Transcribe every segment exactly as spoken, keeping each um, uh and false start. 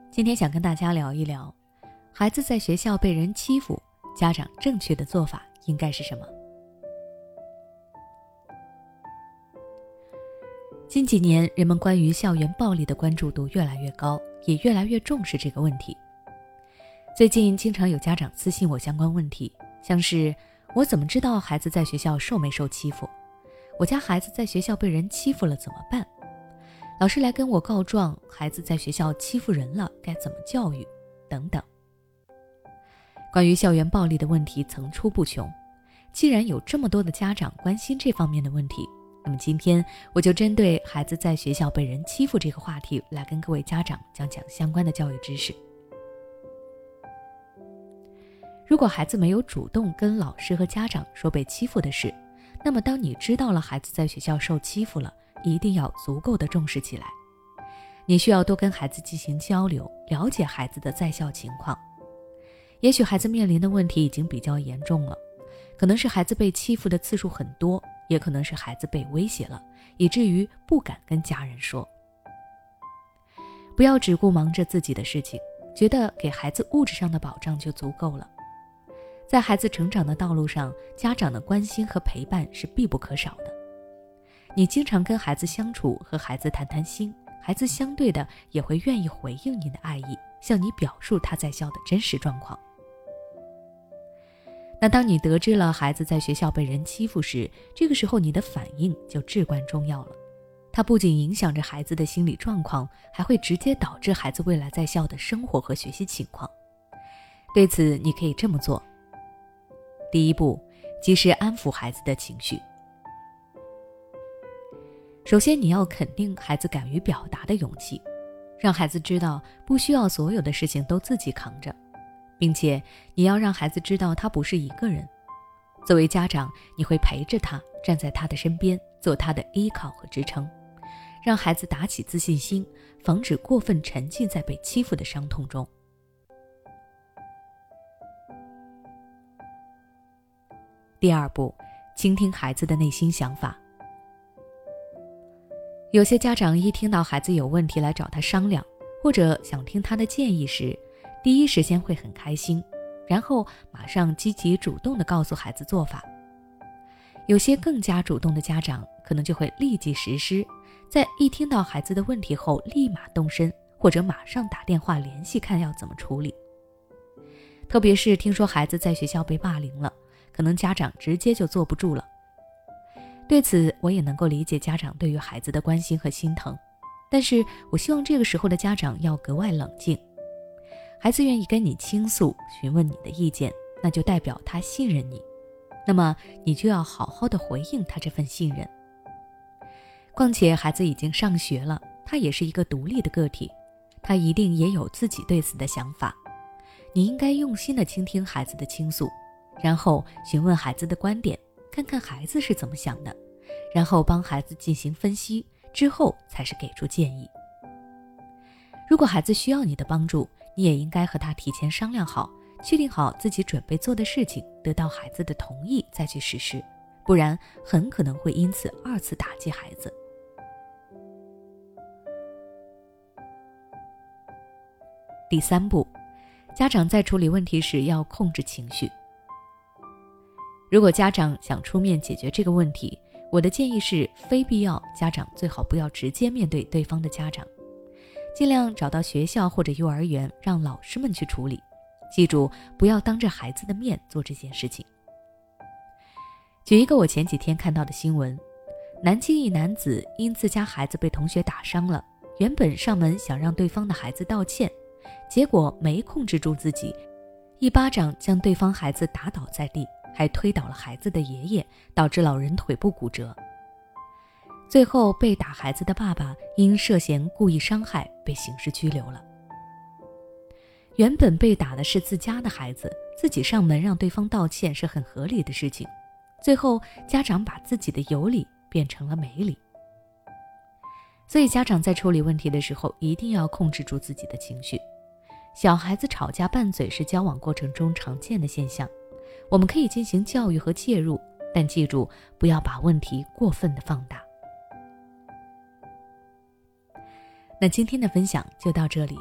今天想跟大家聊一聊，孩子在学校被人欺负，家长正确的做法应该是什么？近几年，人们关于校园暴力的关注度越来越高，也越来越重视这个问题。最近经常有家长私信我相关问题，像是我怎么知道孩子在学校受没受欺负？我家孩子在学校被人欺负了怎么办？老师来跟我告状，孩子在学校欺负人了，该怎么教育？等等。关于校园暴力的问题层出不穷，既然有这么多的家长关心这方面的问题，那么今天我就针对孩子在学校被人欺负这个话题来跟各位家长讲讲相关的教育知识。如果孩子没有主动跟老师和家长说被欺负的事，那么当你知道了孩子在学校受欺负了，一定要足够的重视起来。你需要多跟孩子进行交流，了解孩子的在校情况。也许孩子面临的问题已经比较严重了，可能是孩子被欺负的次数很多，也可能是孩子被威胁了，以至于不敢跟家人说。不要只顾忙着自己的事情，觉得给孩子物质上的保障就足够了。在孩子成长的道路上，家长的关心和陪伴是必不可少的。你经常跟孩子相处，和孩子谈谈心，孩子相对的也会愿意回应你的爱意，向你表述他在校的真实状况。那当你得知了孩子在学校被人欺负时，这个时候你的反应就至关重要了。它不仅影响着孩子的心理状况，还会直接导致孩子未来在校的生活和学习情况。对此，你可以这么做。第一步，及时安抚孩子的情绪。首先，你要肯定孩子敢于表达的勇气，让孩子知道不需要所有的事情都自己扛着，并且你要让孩子知道他不是一个人。作为家长，你会陪着他，站在他的身边，做他的依靠和支撑，让孩子打起自信心，防止过分沉浸在被欺负的伤痛中。第二步，倾听孩子的内心想法。有些家长一听到孩子有问题来找他商量，或者想听他的建议时，第一时间会很开心，然后马上积极主动地告诉孩子做法。有些更加主动的家长可能就会立即实施，在一听到孩子的问题后立马动身，或者马上打电话联系看要怎么处理。特别是听说孩子在学校被霸凌了，可能家长直接就坐不住了。对此，我也能够理解家长对于孩子的关心和心疼，但是我希望这个时候的家长要格外冷静。孩子愿意跟你倾诉，询问你的意见，那就代表他信任你，那么你就要好好的回应他这份信任。况且孩子已经上学了，他也是一个独立的个体，他一定也有自己对此的想法。你应该用心的倾听孩子的倾诉，然后询问孩子的观点，看看孩子是怎么想的，然后帮孩子进行分析，之后才是给出建议。如果孩子需要你的帮助，你也应该和他提前商量好，确定好自己准备做的事情，得到孩子的同意再去实施，不然很可能会因此二次打击孩子。第三步，家长在处理问题时要控制情绪。如果家长想出面解决这个问题，我的建议是，非必要，家长最好不要直接面对对方的家长，尽量找到学校或者幼儿园，让老师们去处理。记住，不要当着孩子的面做这件事情。举一个我前几天看到的新闻，南京一男子因自家孩子被同学打伤了，原本上门想让对方的孩子道歉，结果没控制住自己，一巴掌将对方孩子打倒在地，还推倒了孩子的爷爷，导致老人腿部骨折。最后被打孩子的爸爸因涉嫌故意伤害被刑事拘留了。原本被打的是自家的孩子，自己上门让对方道歉是很合理的事情，最后家长把自己的有理变成了没理。所以家长在处理问题的时候一定要控制住自己的情绪。小孩子吵架拌嘴是交往过程中常见的现象，我们可以进行教育和介入，但记住不要把问题过分的放大。那今天的分享就到这里，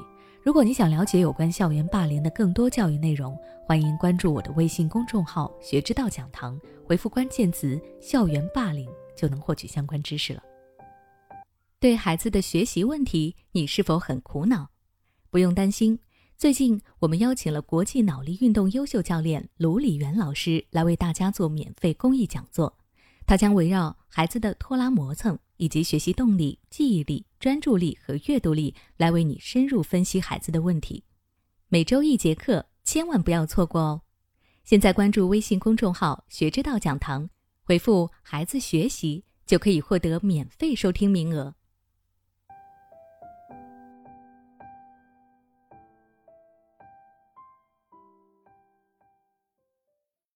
如果你想了解有关校园霸凌的更多教育内容，欢迎关注我的微信公众号学之道讲堂，回复关键词校园霸凌就能获取相关知识了。对孩子的学习问题，你是否很苦恼？不用担心，最近我们邀请了国际脑力运动优秀教练卢礼元老师来为大家做免费公益讲座。他将围绕孩子的拖拉磨蹭以及学习动力、记忆力、专注力和阅读力来为你深入分析孩子的问题。每周一节课，千万不要错过哦！现在关注微信公众号学之道讲堂，回复孩子学习就可以获得免费收听名额。